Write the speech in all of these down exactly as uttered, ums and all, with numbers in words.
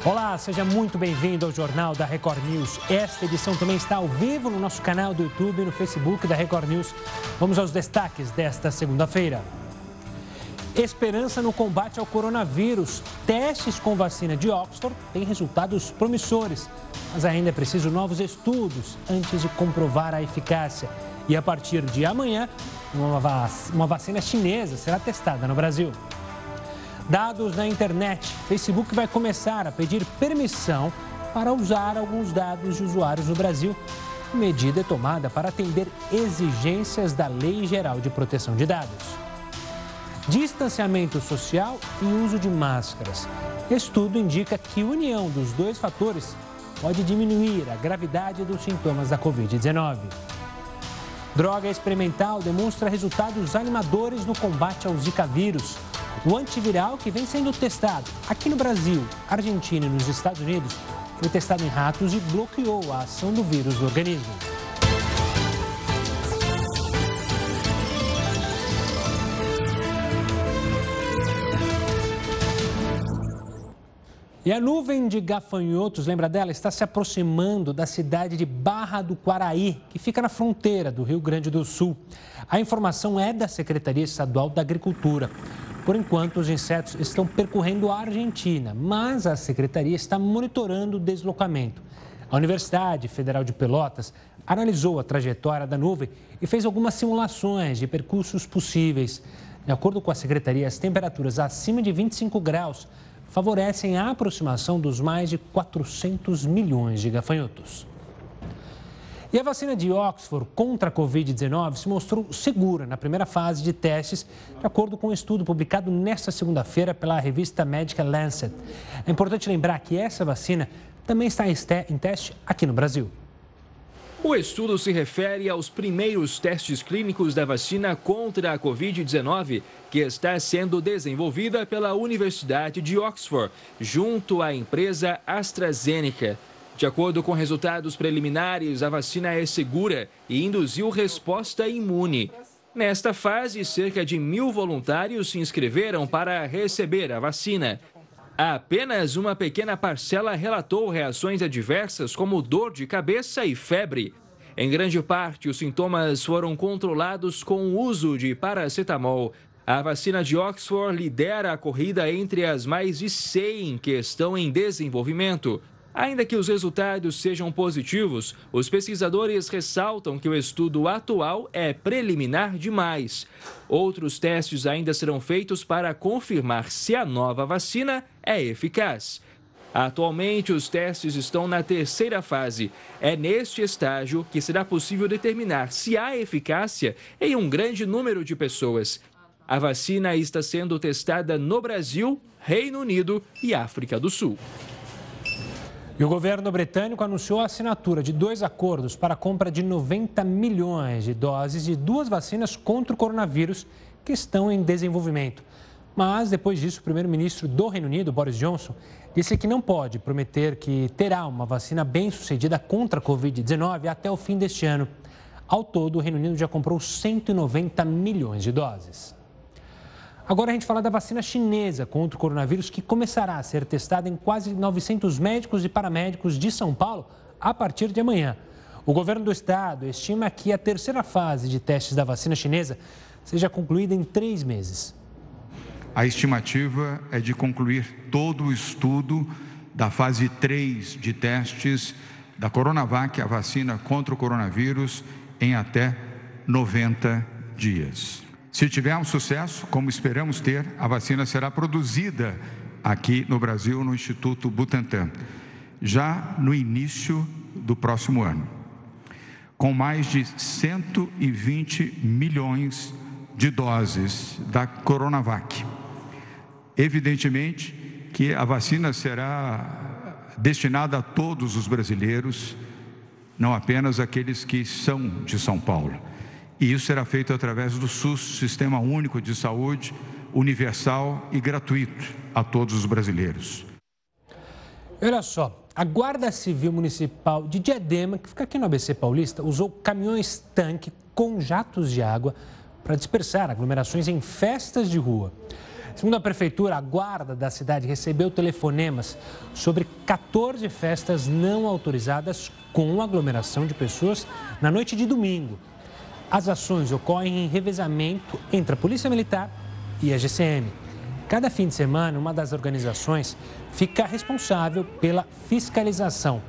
Olá, seja muito bem-vindo ao Jornal da Record News. Esta edição também está ao vivo no nosso canal do YouTube e no Facebook da Record News. Vamos aos destaques desta segunda-feira. Esperança no combate ao coronavírus. Testes com vacina de Oxford têm resultados promissores, mas ainda é preciso novos estudos antes de comprovar a eficácia. E a partir de amanhã, uma, vac... uma vacina chinesa será testada no Brasil. Dados na internet. Facebook vai começar a pedir permissão para usar alguns dados de usuários no Brasil. A medida é tomada para atender exigências da Lei Geral de Proteção de Dados. Distanciamento social e uso de máscaras. Estudo indica que a união dos dois fatores pode diminuir a gravidade dos sintomas da covid dezenove. Droga experimental demonstra resultados animadores no combate ao Zika vírus. O antiviral que vem sendo testado aqui no Brasil, Argentina e nos Estados Unidos foi testado em ratos e bloqueou a ação do vírus no organismo. E a nuvem de gafanhotos, lembra dela, está se aproximando da cidade de Barra do Quaraí, que fica na fronteira do Rio Grande do Sul. A informação é da Secretaria Estadual da Agricultura. Por enquanto, os insetos estão percorrendo a Argentina, mas a Secretaria está monitorando o deslocamento. A Universidade Federal de Pelotas analisou a trajetória da nuvem e fez algumas simulações de percursos possíveis. De acordo com a Secretaria, as temperaturas acima de vinte e cinco graus favorecem a aproximação dos mais de quatrocentos milhões de gafanhotos. E a vacina de Oxford contra a covid dezenove se mostrou segura na primeira fase de testes, de acordo com um estudo publicado nesta segunda-feira pela revista médica Lancet. É importante lembrar que essa vacina também está em teste aqui no Brasil. O estudo se refere aos primeiros testes clínicos da vacina contra a covid dezenove, que está sendo desenvolvida pela Universidade de Oxford, junto à empresa AstraZeneca. De acordo com resultados preliminares, a vacina é segura e induziu resposta imune. Nesta fase, cerca de mil voluntários se inscreveram para receber a vacina. Apenas uma pequena parcela relatou reações adversas como dor de cabeça e febre. Em grande parte, os sintomas foram controlados com o uso de paracetamol. A vacina de Oxford lidera a corrida entre as mais de cem que estão em desenvolvimento. Ainda que os resultados sejam positivos, os pesquisadores ressaltam que o estudo atual é preliminar demais. Outros testes ainda serão feitos para confirmar se a nova vacina é eficaz. Atualmente, os testes estão na terceira fase. É neste estágio que será possível determinar se há eficácia em um grande número de pessoas. A vacina está sendo testada no Brasil, Reino Unido e África do Sul. E o governo britânico anunciou a assinatura de dois acordos para a compra de noventa milhões de doses de duas vacinas contra o coronavírus que estão em desenvolvimento. Mas, depois disso, o primeiro-ministro do Reino Unido, Boris Johnson, disse que não pode prometer que terá uma vacina bem-sucedida contra a covid dezenove até o fim deste ano. Ao todo, o Reino Unido já comprou cento e noventa milhões de doses. Agora a gente fala da vacina chinesa contra o coronavírus, que começará a ser testada em quase novecentos médicos e paramédicos de São Paulo a partir de amanhã. O governo do estado estima que a terceira fase de testes da vacina chinesa seja concluída em três meses. A estimativa é de concluir todo o estudo da fase três de testes da Coronavac, a vacina contra o coronavírus, em até noventa dias. Se tivermos sucesso, como esperamos ter, a vacina será produzida aqui no Brasil, no Instituto Butantan, já no início do próximo ano, com mais de cento e vinte milhões de doses da Coronavac. Evidentemente que a vacina será destinada a todos os brasileiros, não apenas aqueles que são de São Paulo. E isso será feito através do SUS, Sistema Único de Saúde, universal e gratuito a todos os brasileiros. Olha só, a Guarda Civil Municipal de Diadema, que fica aqui no A B C Paulista, usou caminhões-tanque com jatos de água para dispersar aglomerações em festas de rua. Segundo a prefeitura, a guarda da cidade recebeu telefonemas sobre quatorze festas não autorizadas com aglomeração de pessoas na noite de domingo. As ações ocorrem em revezamento entre a Polícia Militar e a G C M. Cada fim de semana, uma das organizações fica responsável pela fiscalização.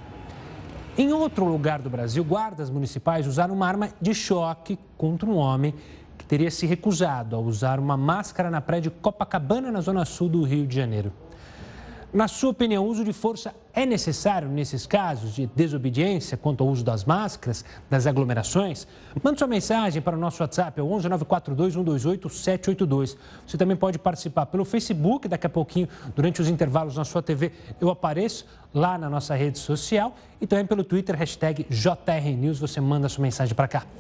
Em outro lugar do Brasil, guardas municipais usaram uma arma de choque contra um homem que teria se recusado a usar uma máscara na praia de Copacabana, na zona sul do Rio de Janeiro. Na sua opinião, o uso de força é necessário nesses casos de desobediência quanto ao uso das máscaras, das aglomerações? Mande sua mensagem para o nosso WhatsApp, é o onze nove quatro dois um dois oito sete oito dois. Você também pode participar pelo Facebook, daqui a pouquinho, durante os intervalos na sua T V, eu apareço lá na nossa rede social e também pelo Twitter, hashtag J R News, você manda sua mensagem para cá.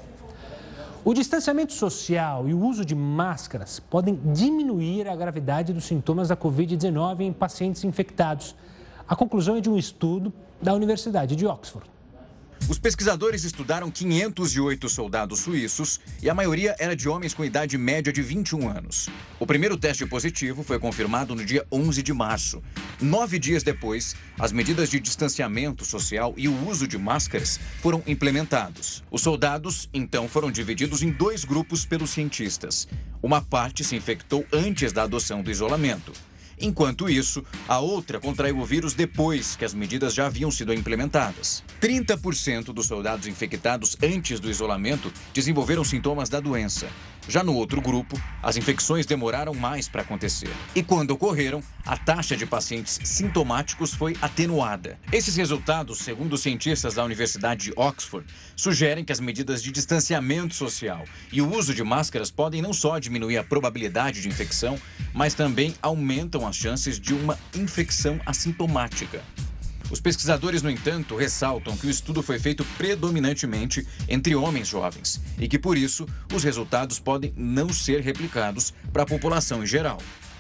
O distanciamento social e o uso de máscaras podem diminuir a gravidade dos sintomas da covid dezenove em pacientes infectados. A conclusão é de um estudo da Universidade de Oxford. Os pesquisadores estudaram quinhentos e oito soldados suíços e a maioria era de homens com idade média de vinte e um anos. O primeiro teste positivo foi confirmado no dia onze de março. Nove dias depois, as medidas de distanciamento social e o uso de máscaras foram implementados. Os soldados, então, foram divididos em dois grupos pelos cientistas. Uma parte se infectou antes da adoção do isolamento. Enquanto isso, a outra contraiu o vírus depois que as medidas já haviam sido implementadas. trinta por cento dos soldados infectados antes do isolamento desenvolveram sintomas da doença. Já no outro grupo, as infecções demoraram mais para acontecer. E quando ocorreram, a taxa de pacientes sintomáticos foi atenuada. Esses resultados, segundo os cientistas da Universidade de Oxford, sugerem que as medidas de distanciamento social e o uso de máscaras podem não só diminuir a probabilidade de infecção, mas também aumentam as chances de uma infecção assintomática. Os pesquisadores, no entanto, ressaltam que o estudo foi feito predominantemente entre homens jovens e que, por isso, os resultados podem não ser replicados para a população em geral.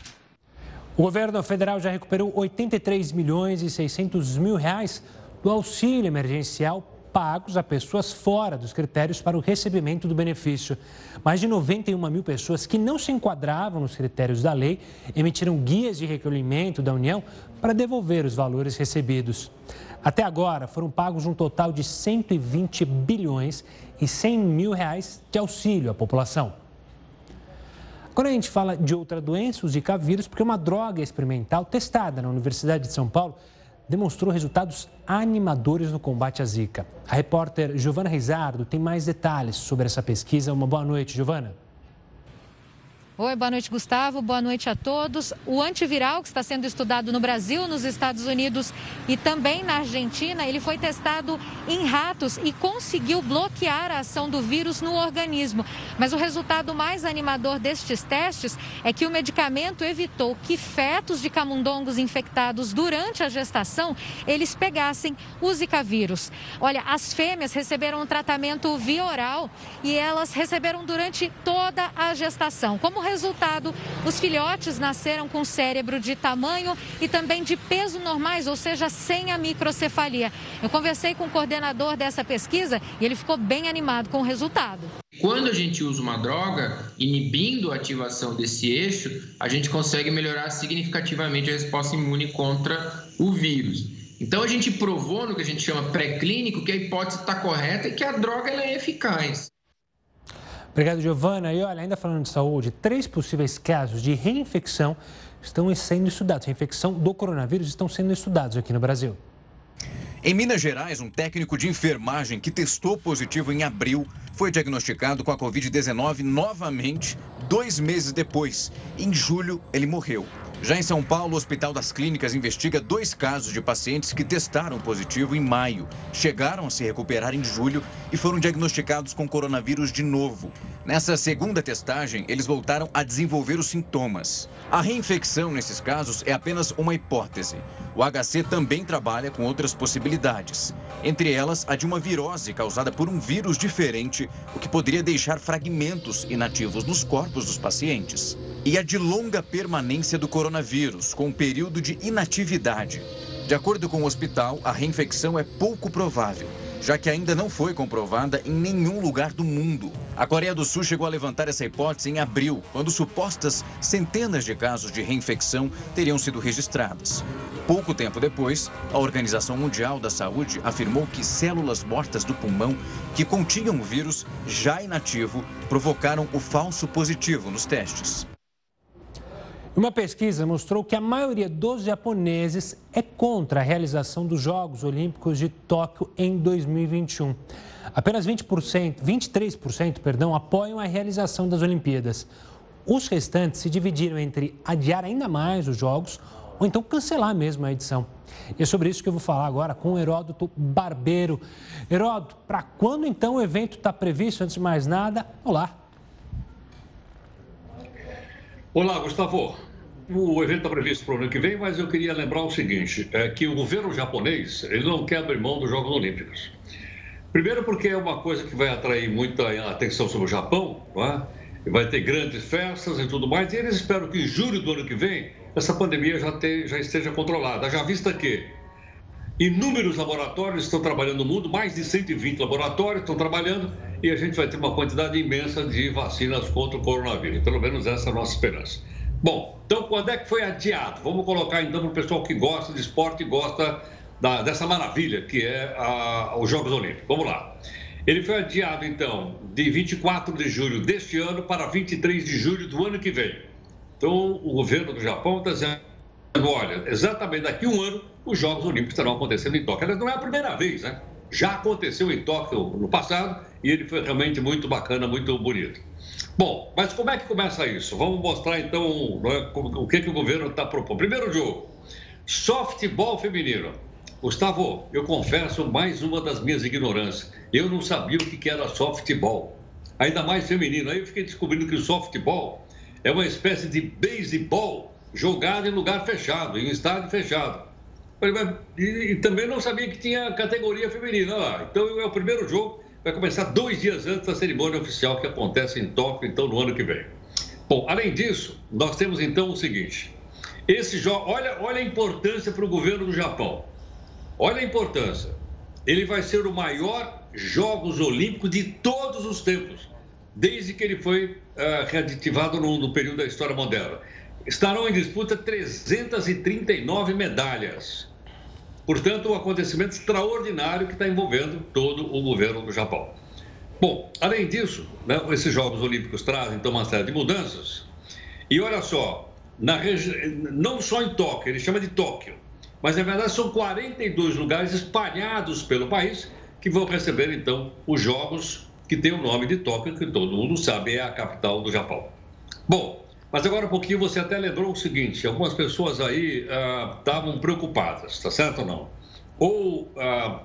O governo federal já recuperou oitenta e três milhões e seiscentos mil reais do auxílio emergencial pagos a pessoas fora dos critérios para o recebimento do benefício. Mais de noventa e uma mil pessoas que não se enquadravam nos critérios da lei emitiram guias de recolhimento da União para devolver os valores recebidos. Até agora, foram pagos um total de cento e vinte bilhões e cem mil reais de auxílio à população. Agora a gente fala de outra doença, o Zika vírus, porque uma droga experimental testada na Universidade de São Paulo demonstrou resultados animadores no combate à Zika. A repórter Giovana Rizardo tem mais detalhes sobre essa pesquisa. Uma boa noite, Giovana. Oi, boa noite, Gustavo. Boa noite a todos. O antiviral que está sendo estudado no Brasil, nos Estados Unidos e também na Argentina, ele foi testado em ratos e conseguiu bloquear a ação do vírus no organismo. Mas o resultado mais animador destes testes é que o medicamento evitou que fetos de camundongos infectados durante a gestação, eles pegassem o Zika vírus. Olha, as fêmeas receberam um tratamento via oral e elas receberam durante toda a gestação. Como resultado, os filhotes nasceram com cérebro de tamanho e também de peso normais, ou seja, sem a microcefalia. Eu conversei com o coordenador dessa pesquisa e ele ficou bem animado com o resultado. Quando a gente usa uma droga, inibindo a ativação desse eixo, a gente consegue melhorar significativamente a resposta imune contra o vírus. Então a gente provou no que a gente chama pré-clínico que a hipótese está correta e que a droga ela é eficaz. Obrigado, Giovana. E olha, ainda falando de saúde, três possíveis casos de reinfecção estão sendo estudados. Reinfecção do coronavírus estão sendo estudados aqui no Brasil. Em Minas Gerais, um técnico de enfermagem que testou positivo em abril foi diagnosticado com a covid dezenove novamente dois meses depois. Em julho, ele morreu. Já em São Paulo, o Hospital das Clínicas investiga dois casos de pacientes que testaram positivo em maio, chegaram a se recuperar em julho e foram diagnosticados com coronavírus de novo. Nessa segunda testagem, eles voltaram a desenvolver os sintomas. A reinfecção nesses casos é apenas uma hipótese. O H C também trabalha com outras possibilidades, entre elas a de uma virose causada por um vírus diferente, o que poderia deixar fragmentos inativos nos corpos dos pacientes. E a de longa permanência do coronavírus, com um período de inatividade. De acordo com o hospital, a reinfecção é pouco provável. já que ainda não foi comprovada em nenhum lugar do mundo. A Coreia do Sul chegou a levantar essa hipótese em abril, quando supostas centenas de casos de reinfecção teriam sido registradas. Pouco tempo depois, a Organização Mundial da Saúde afirmou que células mortas do pulmão que continham o vírus já inativo provocaram o falso positivo nos testes. Uma pesquisa mostrou que a maioria dos japoneses é contra a realização dos Jogos Olímpicos de Tóquio em dois mil e vinte e um. Apenas vinte por cento, vinte e três por cento, perdão, apoiam a realização das Olimpíadas. Os restantes se dividiram entre adiar ainda mais os Jogos ou então cancelar mesmo a edição. E é sobre isso que eu vou falar agora com o Heródoto Barbeiro. Heródoto, para quando então o evento está previsto? Antes de mais nada, olá. Olá, Gustavo. O evento está previsto para o ano que vem, mas eu queria lembrar o seguinte, é que o governo japonês ele não quer abrir mão dos Jogos Olímpicos. Primeiro porque é uma coisa que vai atrair muita atenção sobre o Japão, não é? Vai ter grandes festas e tudo mais, e eles esperam que em julho do ano que vem essa pandemia já, te, já esteja controlada. Já vista que inúmeros laboratórios estão trabalhando no mundo, mais de cento e vinte laboratórios estão trabalhando, e a gente vai ter uma quantidade imensa de vacinas contra o coronavírus. Pelo menos essa é a nossa esperança. Bom, então quando é que foi adiado? Vamos colocar então para o pessoal que gosta de esporte e gosta da, dessa maravilha que é a, os Jogos Olímpicos. Vamos lá. Ele foi adiado então de vinte e quatro de julho deste ano para vinte e três de julho do ano que vem. Então o governo do Japão está dizendo, olha, exatamente daqui a um ano os Jogos Olímpicos estarão acontecendo em Tóquio. Aliás, não é a primeira vez, né? Já aconteceu em Tóquio no passado e ele foi realmente muito bacana, muito bonito. Bom, mas como é que começa isso? Vamos mostrar então o que, que o governo está propondo. Primeiro jogo, softball feminino. Gustavo, eu confesso mais uma das minhas ignorâncias. Eu não sabia o que era softball, ainda mais feminino. Aí eu fiquei descobrindo que o softball é uma espécie de beisebol jogado em lugar fechado, em um estádio fechado. E, e também não sabia que tinha categoria feminina lá. Então é o primeiro jogo, vai começar dois dias antes da cerimônia oficial que acontece em Tóquio, então no ano que vem. Bom, além disso, nós temos então o seguinte, esse jogo, olha, olha a importância para o governo do Japão. Olha a importância. Ele vai ser o maior Jogos Olímpicos de todos os tempos, desde que ele foi uh, readitivado no, no período da história moderna. Estarão em disputa trezentas e trinta e nove medalhas. Portanto, um acontecimento extraordinário que está envolvendo todo o governo do Japão. Bom, além disso, né, esses Jogos Olímpicos trazem então uma série de mudanças. E olha só, na regi... não só em Tóquio, ele chama de Tóquio, mas na verdade são quarenta e dois lugares espalhados pelo país que vão receber então os Jogos que tem o nome de Tóquio, que todo mundo sabe é a capital do Japão. Bom, mas agora um pouquinho você até lembrou o seguinte, algumas pessoas aí estavam ah, preocupadas, tá certo ou não? Ou ah,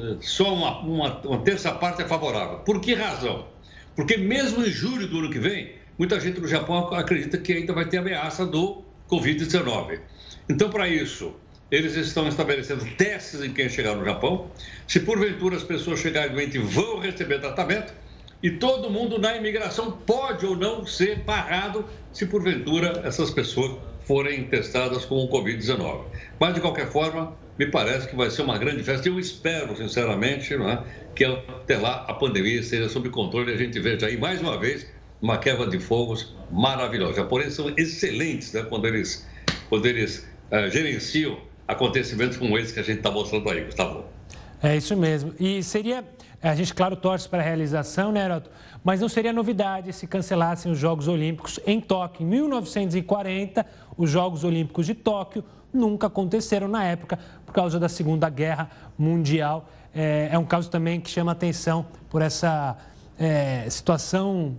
só uma, uma, uma terça parte é favorável. Por que razão? Porque mesmo em julho do ano que vem, muita gente no Japão acredita que ainda vai ter ameaça do covid dezenove. Então, para isso, eles estão estabelecendo testes em quem chegar no Japão. Se porventura as pessoas chegarem doentes, vão receber tratamento. E todo mundo na imigração pode ou não ser parado se porventura essas pessoas forem testadas com o covid dezenove. Mas, de qualquer forma, me parece que vai ser uma grande festa. Eu espero, sinceramente, não é, que até lá a pandemia esteja sob controle e a gente veja aí, mais uma vez, uma queima de fogos maravilhosa. Os japoneses são excelentes, né, quando eles, quando eles uh, gerenciam acontecimentos como esse que a gente está mostrando aí, Gustavo. É isso mesmo. E seria... A gente, claro, torce para a realização, né, Heródoto? Mas não seria novidade se cancelassem os Jogos Olímpicos em Tóquio. Em mil novecentos e quarenta, os Jogos Olímpicos de Tóquio nunca aconteceram na época por causa da Segunda Guerra Mundial. É, é um caso também que chama atenção por essa é, situação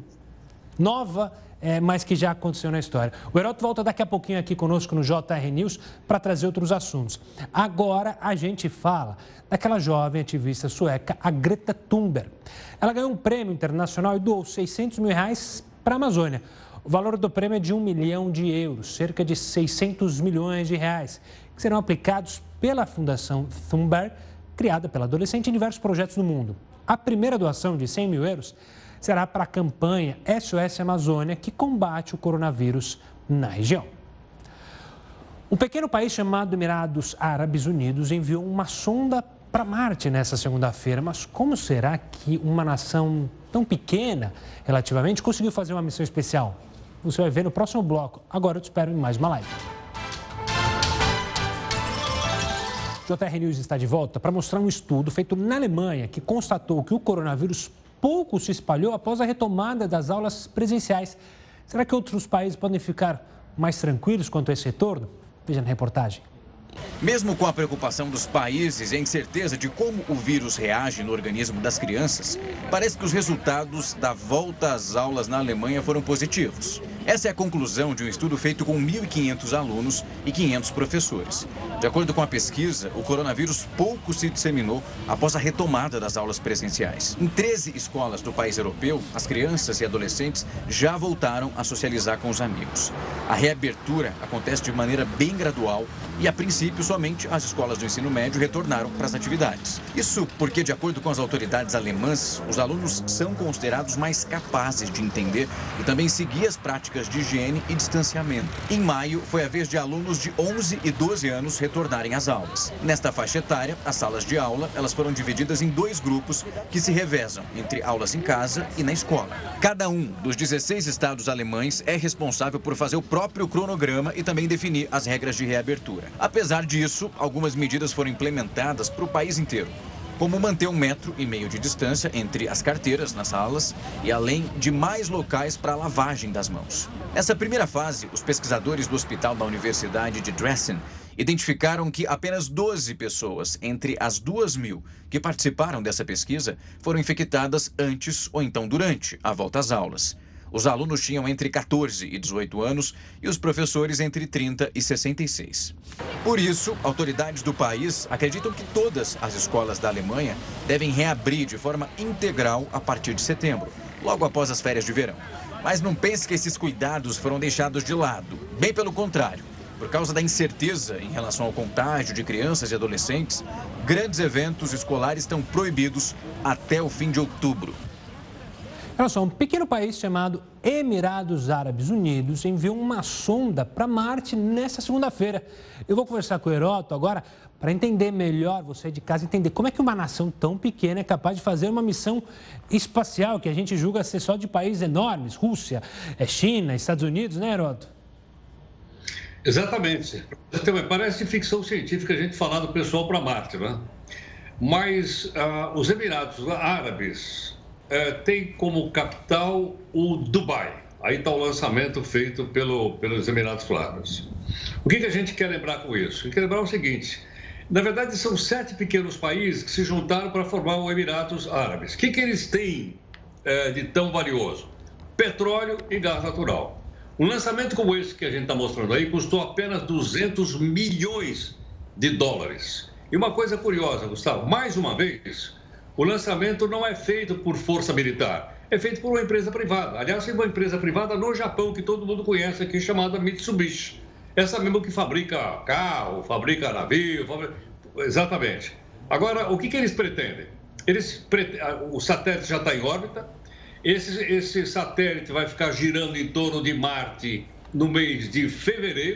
nova, É, mas que já aconteceu na história. O Heródoto volta daqui a pouquinho aqui conosco no J R News para trazer outros assuntos. Agora a gente fala daquela jovem ativista sueca, a Greta Thunberg. Ela ganhou um prêmio internacional e doou seiscentos mil reais para a Amazônia. O valor do prêmio é de um milhão de euros, cerca de seiscentos milhões de reais, que serão aplicados pela Fundação Thunberg, criada pela adolescente em diversos projetos no mundo. A primeira doação de cem mil euros será para a campanha S O S Amazônia, que combate o coronavírus na região. Um pequeno país chamado Emirados Árabes Unidos enviou uma sonda para Marte nessa segunda-feira. Mas como será que uma nação tão pequena, relativamente, conseguiu fazer uma missão especial? Você vai ver no próximo bloco. Agora eu te espero em mais uma live. J R News está de volta para mostrar um estudo feito na Alemanha que constatou que o coronavírus pouco se espalhou após a retomada das aulas presenciais. Será que outros países podem ficar mais tranquilos quanto a esse retorno? Veja na reportagem. Mesmo com a preocupação dos países e a incerteza de como o vírus reage no organismo das crianças, parece que os resultados da volta às aulas na Alemanha foram positivos. Essa é a conclusão de um estudo feito com mil e quinhentos alunos e quinhentos professores. De acordo com a pesquisa, o coronavírus pouco se disseminou após a retomada das aulas presenciais. Em treze escolas do país europeu, as crianças e adolescentes já voltaram a socializar com os amigos. A reabertura acontece de maneira bem gradual e, a princípio, somente as escolas do ensino médio retornaram para as atividades. Isso porque, de acordo com as autoridades alemãs, os alunos são considerados mais capazes de entender e também seguir as práticas de higiene e distanciamento. Em maio, foi a vez de alunos de onze e doze anos retornarem às aulas. Nesta faixa etária, as salas de aula elas foram divididas em dois grupos que se revezam entre aulas em casa e na escola. Cada um dos dezesseis estados alemães é responsável por fazer o próprio cronograma e também definir as regras de reabertura. Apesar disso, algumas medidas foram implementadas para o país inteiro, como manter um metro e meio de distância entre as carteiras nas salas e além de mais locais para a lavagem das mãos. Nessa primeira fase, os pesquisadores do hospital da Universidade de Dresden identificaram que apenas doze pessoas, entre as duas mil que participaram dessa pesquisa, foram infectadas antes ou então durante a volta às aulas. Os alunos tinham entre quatorze e dezoito anos e os professores entre trinta e sessenta e seis. Por isso, autoridades do país acreditam que todas as escolas da Alemanha devem reabrir de forma integral a partir de setembro, logo após as férias de verão. Mas não pense que esses cuidados foram deixados de lado. Bem pelo contrário. Por causa da incerteza em relação ao contágio de crianças e adolescentes, grandes eventos escolares estão proibidos até o fim de outubro. Olha só, um pequeno país chamado Emirados Árabes Unidos enviou uma sonda para Marte nesta segunda-feira. Eu vou conversar com o Heroto agora para entender melhor, você de casa, entender como é que uma nação tão pequena é capaz de fazer uma missão espacial que a gente julga ser só de países enormes, Rússia, China, Estados Unidos, né, Heroto? Exatamente. Parece ficção científica a gente falar do pessoal para Marte, né? Mas uh, os Emirados Árabes uh, têm como capital o Dubai. Aí está o lançamento feito pelo, pelos Emirados Árabes. O que, que a gente quer lembrar com isso? A gente quer lembrar o seguinte: na verdade, são sete pequenos países que se juntaram para formar os Emirados Árabes. O que, que eles têm uh, de tão valioso? Petróleo e gás natural. Um lançamento como esse que a gente está mostrando aí custou apenas duzentos milhões de dólares. E uma coisa curiosa, Gustavo, mais uma vez, o lançamento não é feito por força militar, é feito por uma empresa privada. Aliás, tem uma empresa privada no Japão que todo mundo conhece aqui, chamada Mitsubishi. Essa mesmo que fabrica carro, fabrica navio, fabrica... exatamente. Agora, o que, que eles pretendem? Eles prete... O satélite já está em órbita. Esse, esse satélite vai ficar girando em torno de Marte no mês de fevereiro.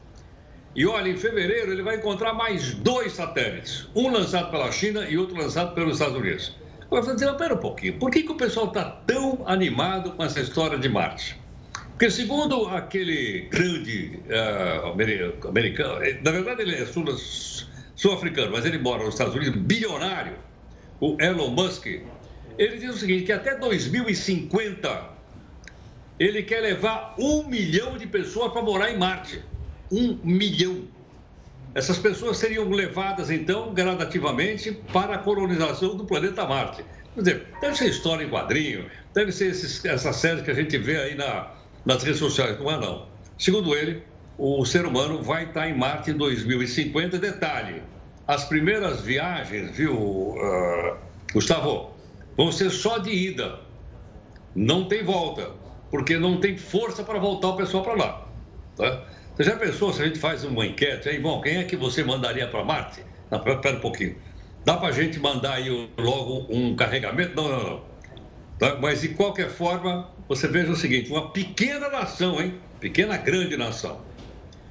E olha, em fevereiro ele vai encontrar mais dois satélites. Um lançado pela China e outro lançado pelos Estados Unidos. Agora, eu vou dizer, pera um pouquinho. Por que, que o pessoal está tão animado com essa história de Marte? Porque segundo aquele grande uh, americano, na verdade ele é sul-africano, mas ele mora nos Estados Unidos, bilionário, o Elon Musk. Ele diz o seguinte, que até dois mil e cinquenta ele quer levar um milhão de pessoas para morar em Marte. Um milhão. Essas pessoas seriam levadas, então, gradativamente para a colonização do planeta Marte. Quer dizer, deve ser história em quadrinho, deve ser esses, essa série que a gente vê aí na, nas redes sociais. Não é, não. Segundo ele, o ser humano vai estar em Marte em dois mil e cinquenta. Detalhe, as primeiras viagens, viu, uh, Gustavo, vão ser só de ida, não tem volta, porque não tem força para voltar o pessoal para lá. Tá? Você já pensou se a gente faz uma enquete aí, bom, quem é que você mandaria para Marte? Não, espera um pouquinho. Dá para a gente mandar aí logo um carregamento? Não, não, não. Tá? Mas de qualquer forma, você veja o seguinte, uma pequena nação, hein? Pequena grande nação.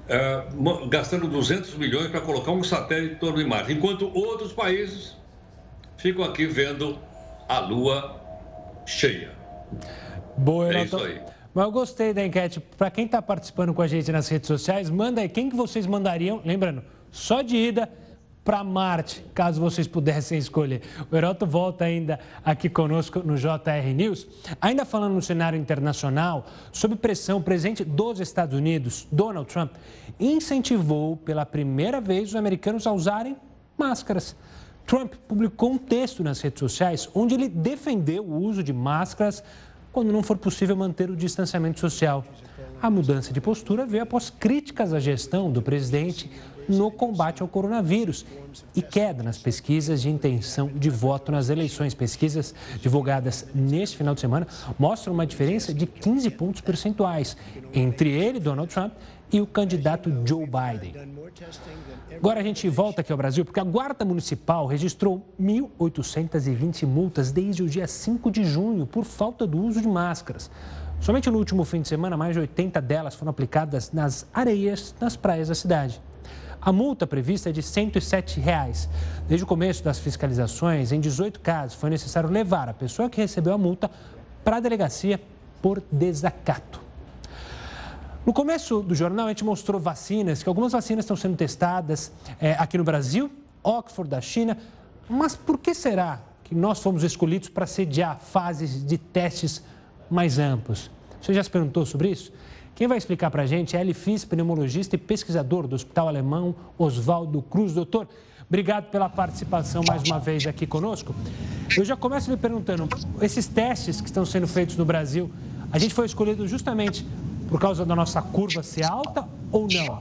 é, gastando duzentos milhões para colocar um satélite em torno de Marte, enquanto outros países ficam aqui vendo a Lua cheia. Boa, é isso aí. Mas eu gostei da enquete. Para quem está participando com a gente nas redes sociais, manda aí quem que vocês mandariam, lembrando, só de ida para Marte, caso vocês pudessem escolher. O Heroto volta ainda aqui conosco no J R News. Ainda falando no cenário internacional, sob pressão, o presidente dos Estados Unidos, Donald Trump, incentivou pela primeira vez os americanos a usarem máscaras. Trump publicou um texto nas redes sociais onde ele defendeu o uso de máscaras quando não for possível manter o distanciamento social. A mudança de postura veio após críticas à gestão do presidente no combate ao coronavírus e queda nas pesquisas de intenção de voto nas eleições. Pesquisas divulgadas neste final de semana mostram uma diferença de quinze pontos percentuais entre ele, Donald Trump, e o candidato Joe Biden. Agora a gente volta aqui ao Brasil, porque a Guarda Municipal registrou mil oitocentas e vinte multas desde o dia cinco de junho por falta do uso de máscaras. Somente no último fim de semana, mais de oitenta delas foram aplicadas nas areias das praias da cidade. A multa prevista é de cento e sete reais. Desde o começo das fiscalizações, em dezoito casos, foi necessário levar a pessoa que recebeu a multa para a delegacia por desacato. No começo do jornal, a gente mostrou vacinas, que algumas vacinas estão sendo testadas é, aqui no Brasil, Oxford da China. Mas por que será que nós fomos escolhidos para sediar fases de testes mais amplos? Você já se perguntou sobre isso? Quem vai explicar para a gente é Eli Fis, pneumologista e pesquisador do Hospital Alemão Oswaldo Cruz. Doutor, obrigado pela participação mais uma vez aqui conosco. Eu já começo me perguntando, esses testes que estão sendo feitos no Brasil, a gente foi escolhido justamente por causa da nossa curva ser alta ou não?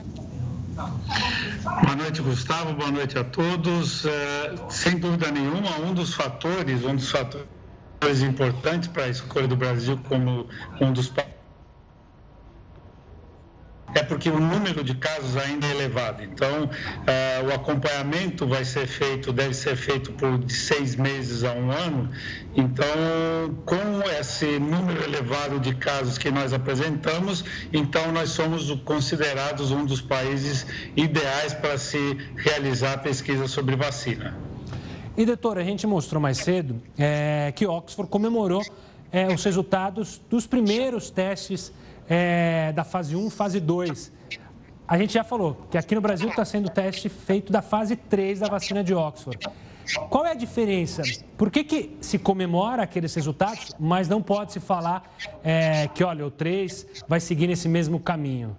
Boa noite, Gustavo. Boa noite a todos. É, sem dúvida nenhuma, um dos fatores, um dos fatores importantes para a escolha do Brasil como um dos países é porque o número de casos ainda é elevado. Então, uh, o acompanhamento vai ser feito, deve ser feito por de seis meses a um ano. Então, com esse número elevado de casos que nós apresentamos, então nós somos considerados um dos países ideais para se realizar pesquisa sobre vacina. E, doutor, a gente mostrou mais cedo é, que Oxford comemorou é, os resultados dos primeiros testes É, da fase um, fase dois. A gente já falou que aqui no Brasil está sendo teste feito da fase três da vacina de Oxford. Qual é a diferença? Por que que se comemora aqueles resultados, mas não pode se falar é, que, olha, o três vai seguir nesse mesmo caminho?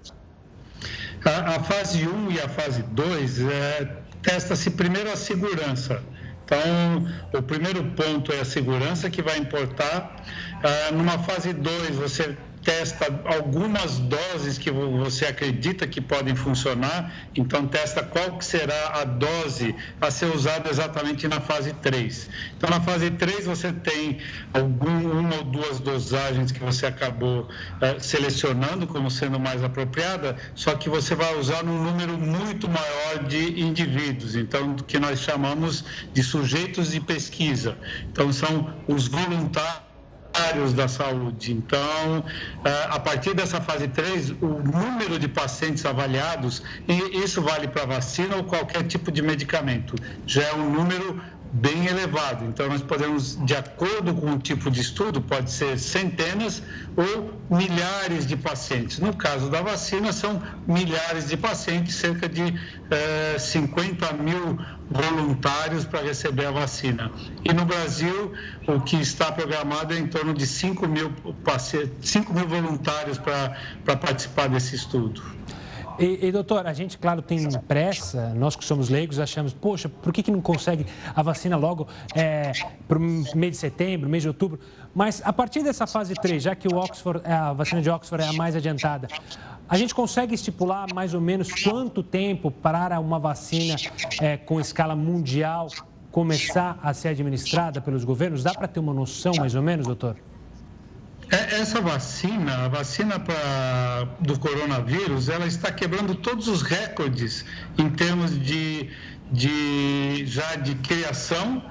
A, a fase um e a fase dois é, testa-se primeiro a segurança. Então, o primeiro ponto é a segurança que vai importar. Ah, numa fase dois, você testa algumas doses que você acredita que podem funcionar, então testa qual que será a dose a ser usada exatamente na fase três. Então, na fase três, você tem algum, uma ou duas dosagens que você acabou eh, selecionando como sendo mais apropriada, só que você vai usar num número muito maior de indivíduos, então, que nós chamamos de sujeitos de pesquisa. Então, são os voluntários da saúde. Então, a partir dessa fase três, o número de pacientes avaliados, e isso vale para vacina ou qualquer tipo de medicamento, já é um número bem elevado. Então, nós podemos, de acordo com o tipo de estudo, pode ser centenas ou milhares de pacientes. No caso da vacina, são milhares de pacientes, cerca de eh, cinquenta mil voluntários para receber a vacina. E no Brasil, o que está programado é em torno de cinco mil, cinco mil voluntários para, para participar desse estudo. E, e, doutor, a gente, claro, tem pressa, nós que somos leigos achamos, poxa, por que, que não consegue a vacina logo é, para o mês de setembro, mês de outubro? Mas a partir dessa fase três, já que o Oxford, a vacina de Oxford é a mais adiantada, a gente consegue estipular mais ou menos quanto tempo para uma vacina é, com escala mundial começar a ser administrada pelos governos? Dá para ter uma noção mais ou menos, doutor? Essa vacina, a vacina pra, do coronavírus, ela está quebrando todos os recordes em termos de, de, já de criação,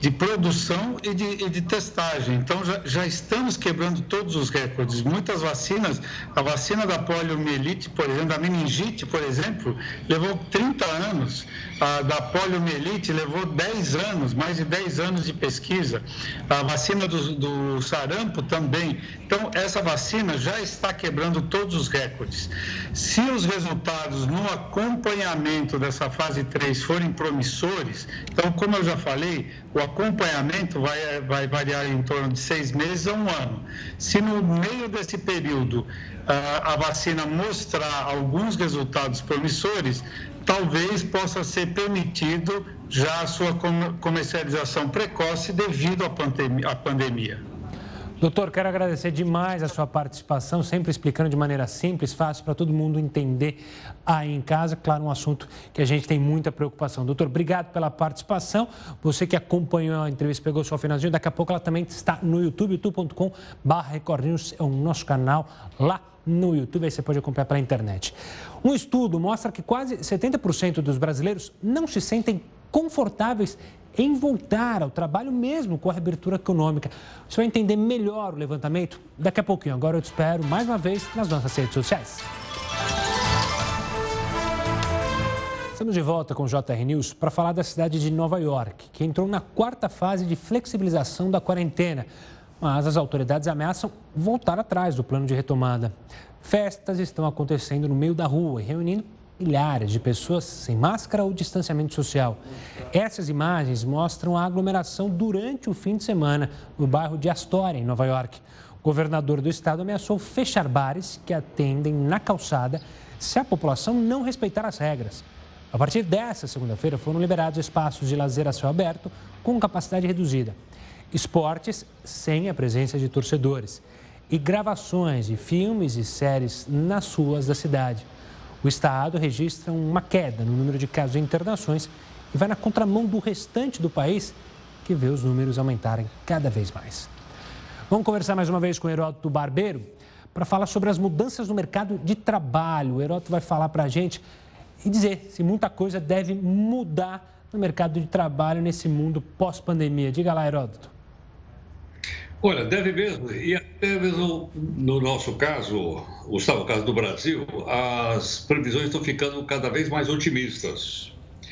de produção e de, e de testagem. Então, já, já estamos quebrando todos os recordes. Muitas vacinas, a vacina da poliomielite, por exemplo, da meningite, por exemplo, levou trinta anos. A da poliomielite levou dez anos, mais de dez anos de pesquisa. A vacina do, do sarampo também. Então, essa vacina já está quebrando todos os recordes. Se os resultados no acompanhamento dessa fase três forem promissores, então, como eu já falei, o acompanhamento vai, vai variar em torno de seis meses a um ano. Se no meio desse período a, a vacina mostrar alguns resultados promissores, talvez possa ser permitido já a sua comercialização precoce devido à pandemia. À pandemia. Doutor, quero agradecer demais a sua participação, sempre explicando de maneira simples, fácil, para todo mundo entender aí em casa. Claro, um assunto que a gente tem muita preocupação. Doutor, obrigado pela participação. Você que acompanhou a entrevista, pegou só o finalzinho, daqui a pouco ela também está no YouTube, youtube ponto com barra Record News, é o nosso canal lá no YouTube, aí você pode acompanhar pela internet. Um estudo mostra que quase setenta por cento dos brasileiros não se sentem confortáveis em voltar ao trabalho mesmo com a reabertura econômica. Você vai entender melhor o levantamento daqui a pouquinho. Agora eu te espero mais uma vez nas nossas redes sociais. Estamos de volta com o J R News para falar da cidade de Nova York, que entrou na quarta fase de flexibilização da quarentena. Mas as autoridades ameaçam voltar atrás do plano de retomada. Festas estão acontecendo no meio da rua e reunindo milhares de pessoas sem máscara ou distanciamento social. Essas imagens mostram a aglomeração durante o fim de semana no bairro de Astoria, em Nova York. O governador do estado ameaçou fechar bares que atendem na calçada se a população não respeitar as regras. A partir dessa segunda-feira foram liberados espaços de lazer a céu aberto com capacidade reduzida, esportes sem a presença de torcedores e gravações de filmes e séries nas ruas da cidade. O estado registra uma queda no número de casos e internações e vai na contramão do restante do país, que vê os números aumentarem cada vez mais. Vamos conversar mais uma vez com o Heródoto Barbeiro para falar sobre as mudanças no mercado de trabalho. O Heródoto vai falar para a gente e dizer se muita coisa deve mudar no mercado de trabalho nesse mundo pós-pandemia. Diga lá, Heródoto. Olha, deve mesmo, e até mesmo no nosso caso, Gustavo, no caso do Brasil, as previsões estão ficando cada vez mais otimistas.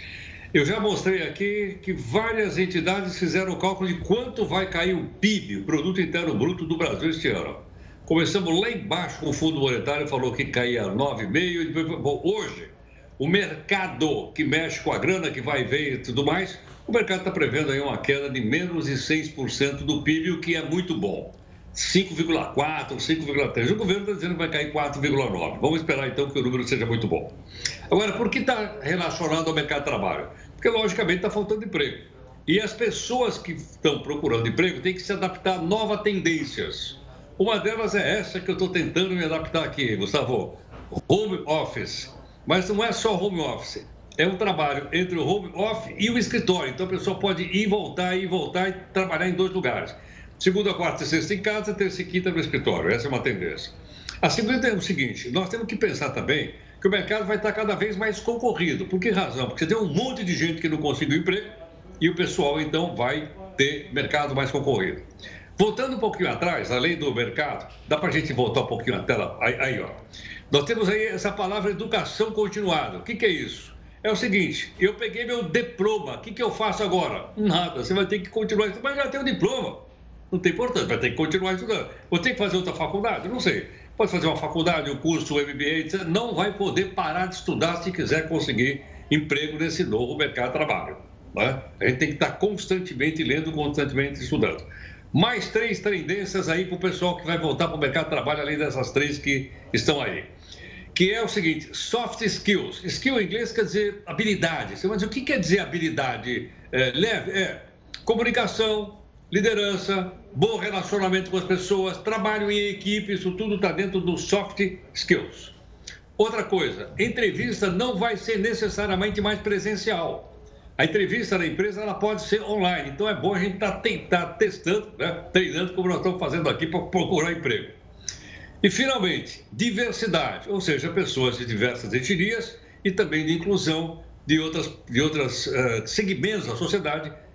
Eu já mostrei aqui que várias entidades fizeram o cálculo de quanto vai cair o P I B, o Produto Interno Bruto do Brasil este ano. Começamos lá embaixo com o Fundo Monetário, falou que caía nove vírgula cinco por cento. Bom, hoje, o mercado que mexe com a grana, que vai ver e tudo mais, o mercado está prevendo aí uma queda de menos de seis por cento do P I B, o que é muito bom. cinco vírgula quatro, cinco vírgula três. O governo está dizendo que vai cair quatro vírgula nove. Vamos esperar então que o número seja muito bom. Agora, por que está relacionado ao mercado de trabalho? Porque, logicamente, está faltando emprego. E as pessoas que estão procurando emprego têm que se adaptar a novas tendências. Uma delas é essa que eu estou tentando me adaptar aqui, Gustavo. Home office. Mas não é só home office. É um trabalho entre o home office e o escritório. Então, a pessoa pode ir e voltar, ir e voltar e trabalhar em dois lugares. Segunda, quarta e sexta em casa, terça e quinta no escritório. Essa é uma tendência. A segunda é o seguinte, nós temos que pensar também que o mercado vai estar cada vez mais concorrido. Por que razão? Porque você tem um monte de gente que não conseguiu emprego e o pessoal, então, vai ter mercado mais concorrido. Voltando um pouquinho atrás, além do mercado, dá para a gente voltar um pouquinho na tela? Aí, aí, ó. Nós temos aí essa palavra educação continuada. O que, que é isso? É o seguinte, eu peguei meu diploma, o que, que eu faço agora? Nada, você vai ter que continuar estudando, mas já tem o diploma. Não tem importância, vai ter que continuar estudando. Vou ter que fazer outra faculdade? Não sei. Pode fazer uma faculdade, um curso, um M B A, etcétera. Não vai poder parar de estudar se quiser conseguir emprego nesse novo mercado de trabalho. Né? A gente tem que estar constantemente lendo, constantemente estudando. Mais três tendências aí para o pessoal que vai voltar para o mercado de trabalho, além dessas três que estão aí. Que é o seguinte, soft skills. Skill em inglês quer dizer habilidade. Você vai dizer, o que quer dizer habilidade é, leve? É comunicação, liderança, bom relacionamento com as pessoas, trabalho em equipe, isso tudo está dentro do soft skills. Outra coisa, entrevista não vai ser necessariamente mais presencial. A entrevista na empresa ela pode ser online, então é bom a gente estar tá, tá testando, né, treinando como nós estamos fazendo aqui para procurar emprego. E, finalmente, diversidade, ou seja, pessoas de diversas etnias e também de inclusão de outros de outras, uh, segmentos da sociedade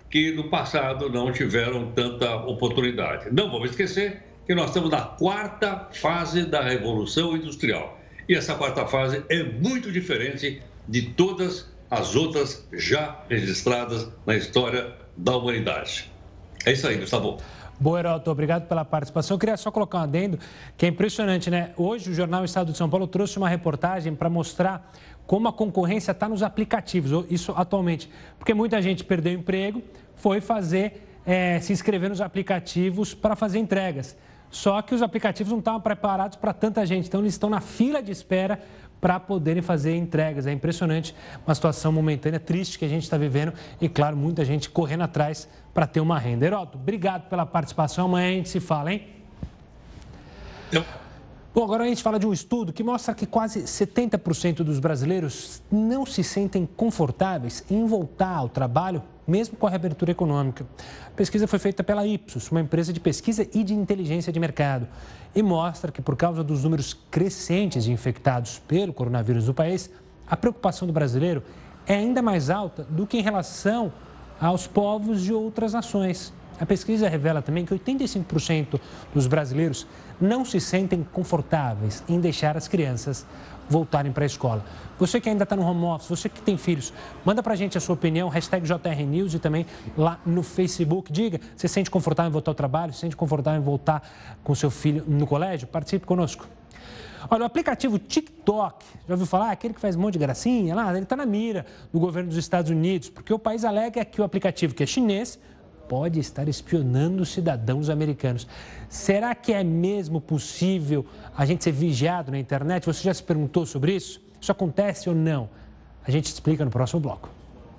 que no passado não tiveram tanta oportunidade. Não vamos esquecer que nós estamos na quarta fase da Revolução Industrial. E essa quarta fase é muito diferente de todas as outras já registradas na história da humanidade. É isso aí, Gustavo. Boa, Heroto, obrigado pela participação. Eu queria só colocar um adendo, que é impressionante, né? Hoje o jornal Estado de São Paulo trouxe uma reportagem para mostrar como a concorrência está nos aplicativos, isso atualmente. Porque muita gente perdeu emprego, foi fazer, é, se inscrever nos aplicativos para fazer entregas. Só que os aplicativos não estavam preparados para tanta gente, então eles estão na fila de espera para poderem fazer entregas. É impressionante, uma situação momentânea, triste que a gente está vivendo e, claro, muita gente correndo atrás para ter uma renda. Heroto, obrigado pela participação, amanhã a gente se fala, hein? Eu... Bom, agora a gente fala de um estudo que mostra que quase setenta por cento dos brasileiros não se sentem confortáveis em voltar ao trabalho, mesmo com a reabertura econômica. A pesquisa foi feita pela Ipsos, uma empresa de pesquisa e de inteligência de mercado, e mostra que, por causa dos números crescentes de infectados pelo coronavírus no país, a preocupação do brasileiro é ainda mais alta do que em relação aos povos de outras nações. A pesquisa revela também que oitenta e cinco por cento dos brasileiros não se sentem confortáveis em deixar as crianças voltarem para a escola. Você que ainda está no home office, você que tem filhos, manda para a gente a sua opinião, hashtag J R News e também lá no Facebook. Diga, você se sente confortável em voltar ao trabalho, se sente confortável em voltar com seu filho no colégio? Participe conosco. Olha, o aplicativo TikTok, já ouviu falar? Aquele que faz um monte de gracinha lá, ele está na mira do governo dos Estados Unidos, porque o país alega que o aplicativo, que é chinês, pode estar espionando os cidadãos americanos. Será que é mesmo possível a gente ser vigiado na internet? Você já se perguntou sobre isso? Isso acontece ou não? A gente explica no próximo bloco.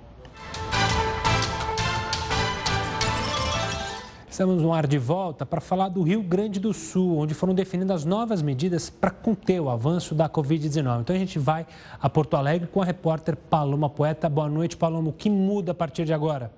Estamos no ar de volta para falar do Rio Grande do Sul, onde foram definidas novas medidas para conter o avanço da covid dezenove. Então a gente vai a Porto Alegre com a repórter Paloma Poeta. Boa noite, Paloma. O que muda a partir de agora?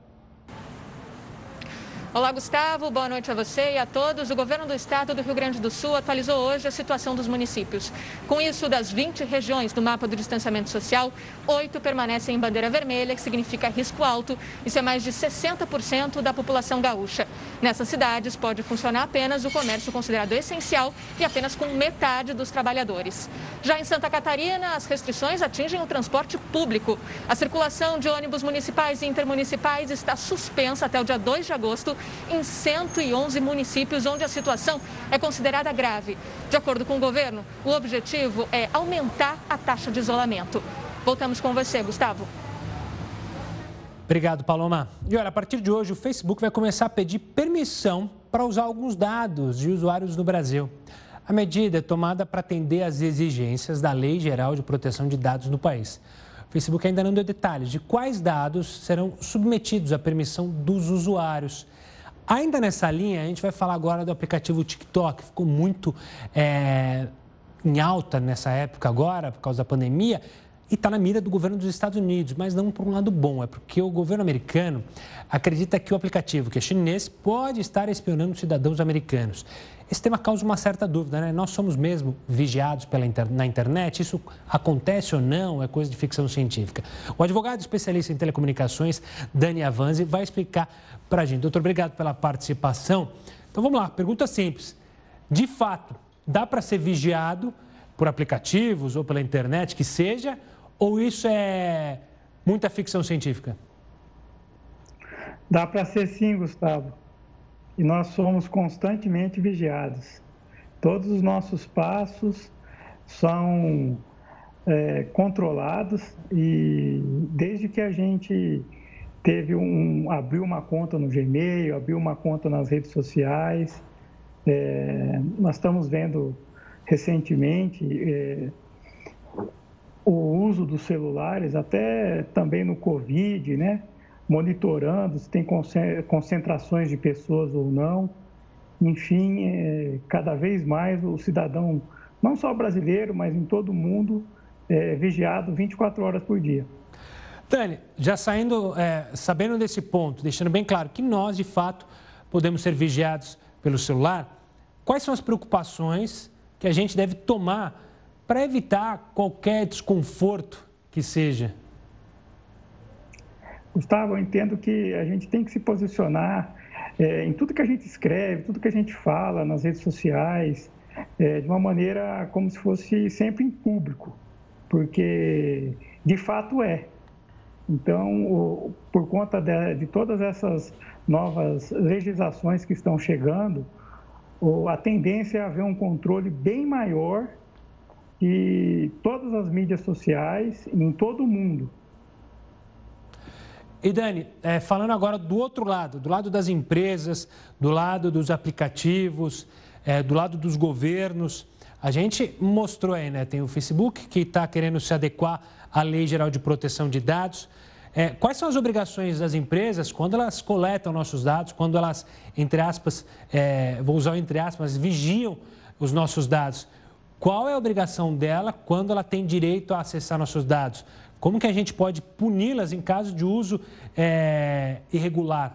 Olá, Gustavo. Boa noite a você e a todos. O governo do estado do Rio Grande do Sul atualizou hoje a situação dos municípios. Com isso, das vinte regiões do mapa do distanciamento social, oito permanecem em bandeira vermelha, que significa risco alto. Isso é mais de sessenta por cento da população gaúcha. Nessas cidades, pode funcionar apenas o comércio considerado essencial e apenas com metade dos trabalhadores. Já em Santa Catarina, as restrições atingem o transporte público. A circulação de ônibus municipais e intermunicipais está suspensa até o dia dois de agosto, em cento e onze municípios onde a situação é considerada grave. De acordo com o governo, o objetivo é aumentar a taxa de isolamento. Voltamos com você, Gustavo. Obrigado, Paloma. E olha, a partir de hoje, o Facebook vai começar a pedir permissão para usar alguns dados de usuários no Brasil. A medida é tomada para atender às exigências da Lei Geral de Proteção de Dados no país. O Facebook ainda não deu detalhes de quais dados serão submetidos à permissão dos usuários. Ainda nessa linha, a gente vai falar agora do aplicativo TikTok, que ficou muito é, em alta nessa época agora, por causa da pandemia, e está na mira do governo dos Estados Unidos, mas não por um lado bom, é porque o governo americano acredita que o aplicativo, que é chinês, pode estar espionando cidadãos americanos. Esse tema causa uma certa dúvida, né? Nós somos mesmo vigiados pela inter... na internet? Isso acontece ou não? É coisa de ficção científica. O advogado especialista em telecomunicações, Dani Avanzi, vai explicar para a gente. Doutor, obrigado pela participação. Então vamos lá, pergunta simples. De fato, dá para ser vigiado por aplicativos ou pela internet, que seja, ou isso é muita ficção científica? Dá para ser sim, Gustavo. E nós somos constantemente vigiados. Todos os nossos passos são é, controlados e desde que a gente teve um, abriu uma conta no Gmail, abriu uma conta nas redes sociais, é, nós estamos vendo recentemente é, o uso dos celulares, até também no Covid, né? Monitorando se tem concentrações de pessoas ou não. Enfim, é, cada vez mais o cidadão, não só brasileiro, mas em todo o mundo, é vigiado vinte e quatro horas por dia. Dani, já saindo, é, sabendo desse ponto, deixando bem claro que nós, de fato, podemos ser vigiados pelo celular, quais são as preocupações que a gente deve tomar para evitar qualquer desconforto que seja? Gustavo, eu entendo que a gente tem que se posicionar é, em tudo que a gente escreve, tudo que a gente fala nas redes sociais, é, de uma maneira como se fosse sempre em público, porque de fato é. Então, o, por conta de, de todas essas novas legislações que estão chegando, o, a tendência é haver um controle bem maior de todas as mídias sociais em todo o mundo. E Dani, é, falando agora do outro lado, do lado das empresas, do lado dos aplicativos, é, do lado dos governos, a gente mostrou aí, né? Tem o Facebook que está querendo se adequar à Lei Geral de Proteção de Dados. É, quais são as obrigações das empresas quando elas coletam nossos dados, quando elas, entre aspas, é, vou usar o entre aspas, vigiam os nossos dados? Qual é a obrigação dela quando ela tem direito a acessar nossos dados? Como que a gente pode puni-las em caso de uso é, irregular?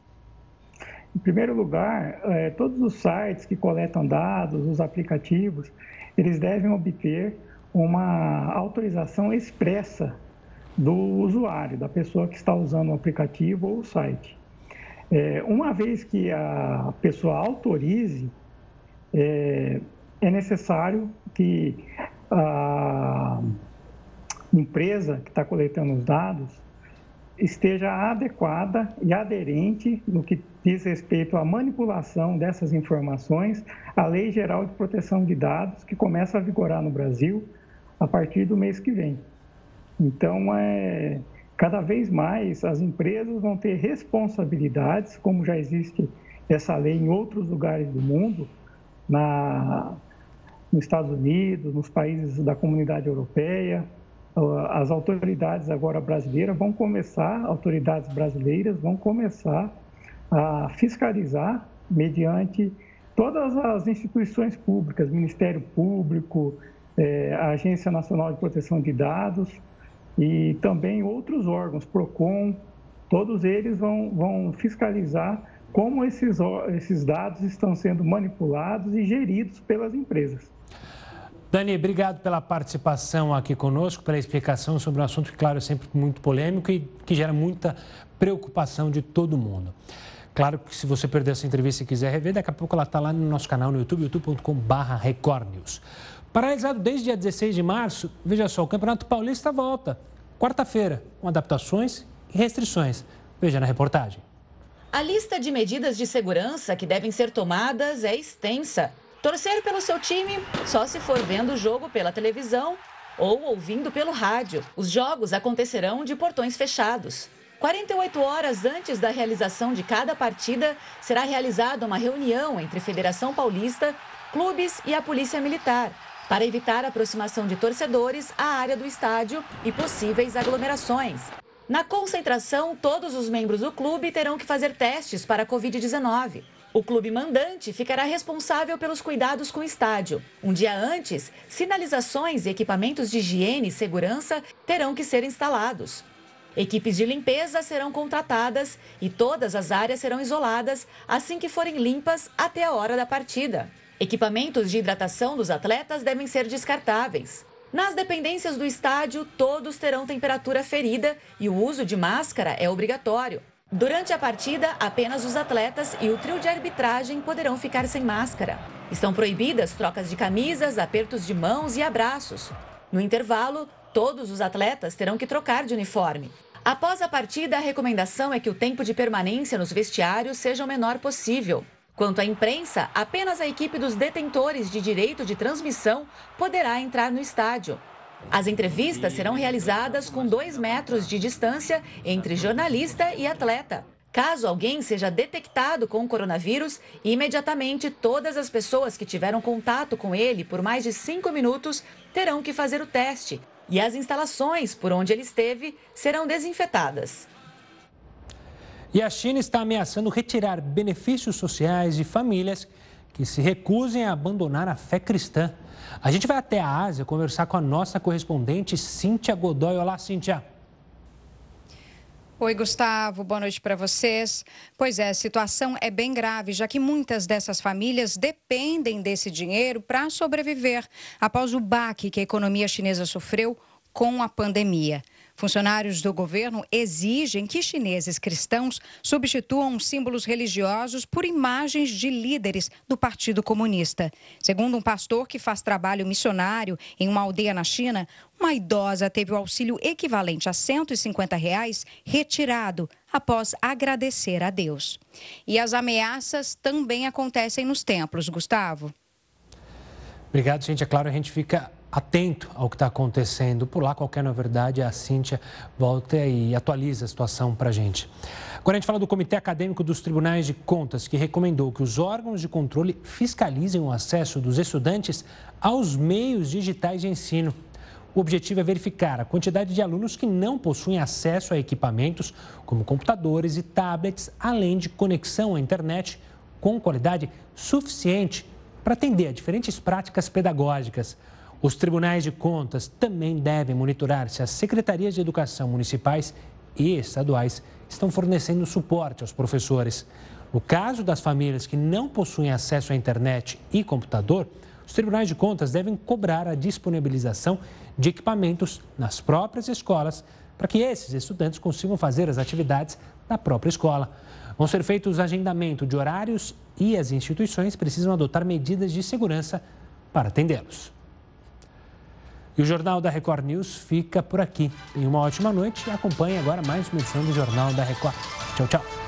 Em primeiro lugar, é, todos os sites que coletam dados, os aplicativos, eles devem obter uma autorização expressa do usuário, da pessoa que está usando o aplicativo ou o site. É, uma vez que a pessoa autorize, é, é necessário que a empresa que está coletando os dados esteja adequada e aderente no que diz respeito à manipulação dessas informações à Lei Geral de Proteção de Dados, que começa a vigorar no Brasil a partir do mês que vem. Então, é, cada vez mais as empresas vão ter responsabilidades, como já existe essa lei em outros lugares do mundo, na, nos Estados Unidos, nos países da Comunidade Europeia. As autoridades agora brasileiras vão começar, autoridades brasileiras vão começar a fiscalizar mediante todas as instituições públicas, Ministério Público, é, a Agência Nacional de Proteção de Dados e também outros órgãos, PROCON, todos eles vão, vão fiscalizar como esses, esses dados estão sendo manipulados e geridos pelas empresas. Dani, obrigado pela participação aqui conosco, pela explicação sobre um assunto que, claro, é sempre muito polêmico e que gera muita preocupação de todo mundo. Claro que se você perder essa entrevista e quiser rever, daqui a pouco ela está lá no nosso canal no YouTube, youtube ponto com barra Record News. Paralisado desde dia dezesseis de março, veja só, o Campeonato Paulista volta quarta-feira, com adaptações e restrições. Veja na reportagem. A lista de medidas de segurança que devem ser tomadas é extensa. Torcer pelo seu time só se for vendo o jogo pela televisão ou ouvindo pelo rádio. Os jogos acontecerão de portões fechados. quarenta e oito horas antes da realização de cada partida, será realizada uma reunião entre Federação Paulista, clubes e a Polícia Militar, para evitar a aproximação de torcedores à área do estádio e possíveis aglomerações. Na concentração, todos os membros do clube terão que fazer testes para a covid dezenove. O clube mandante ficará responsável pelos cuidados com o estádio. Um dia antes, sinalizações e equipamentos de higiene e segurança terão que ser instalados. Equipes de limpeza serão contratadas e todas as áreas serão isoladas assim que forem limpas até a hora da partida. Equipamentos de hidratação dos atletas devem ser descartáveis. Nas dependências do estádio, todos terão temperatura ferida e o uso de máscara é obrigatório. Durante a partida, apenas os atletas e o trio de arbitragem poderão ficar sem máscara. Estão proibidas trocas de camisas, apertos de mãos e abraços. No intervalo, todos os atletas terão que trocar de uniforme. Após a partida, a recomendação é que o tempo de permanência nos vestiários seja o menor possível. Quanto à imprensa, apenas a equipe dos detentores de direito de transmissão poderá entrar no estádio. As entrevistas serão realizadas com dois metros de distância entre jornalista e atleta. Caso alguém seja detectado com o coronavírus, imediatamente todas as pessoas que tiveram contato com ele por mais de cinco minutos terão que fazer o teste. E as instalações por onde ele esteve serão desinfetadas. E a China está ameaçando retirar benefícios sociais de famílias que se recusem a abandonar a fé cristã. A gente vai até a Ásia conversar com a nossa correspondente Cíntia Godoy. Olá, Cíntia. Oi, Gustavo. Boa noite para vocês. Pois é, a situação é bem grave, já que muitas dessas famílias dependem desse dinheiro para sobreviver após o baque que a economia chinesa sofreu com a pandemia. Funcionários do governo exigem que chineses cristãos substituam símbolos religiosos por imagens de líderes do Partido Comunista. Segundo um pastor que faz trabalho missionário em uma aldeia na China, uma idosa teve o auxílio equivalente a cento e cinquenta reais retirado após agradecer a Deus. E as ameaças também acontecem nos templos, Gustavo. Obrigado, gente. É claro, a gente fica atento ao que está acontecendo por lá. Qualquer novidade, a Cíntia volta e atualiza a situação para a gente. Agora a gente fala do Comitê Acadêmico dos Tribunais de Contas, que recomendou que os órgãos de controle fiscalizem o acesso dos estudantes aos meios digitais de ensino. O objetivo é verificar a quantidade de alunos que não possuem acesso a equipamentos como computadores e tablets, além de conexão à internet com qualidade suficiente para atender a diferentes práticas pedagógicas. Os tribunais de contas também devem monitorar se as secretarias de educação municipais e estaduais estão fornecendo suporte aos professores. No caso das famílias que não possuem acesso à internet e computador, os tribunais de contas devem cobrar a disponibilização de equipamentos nas próprias escolas para que esses estudantes consigam fazer as atividades na própria escola. Vão ser feitos agendamento de horários e as instituições precisam adotar medidas de segurança para atendê-los. E o Jornal da Record News fica por aqui. Tenha uma ótima noite e acompanhe agora mais uma edição do Jornal da Record. Tchau, tchau.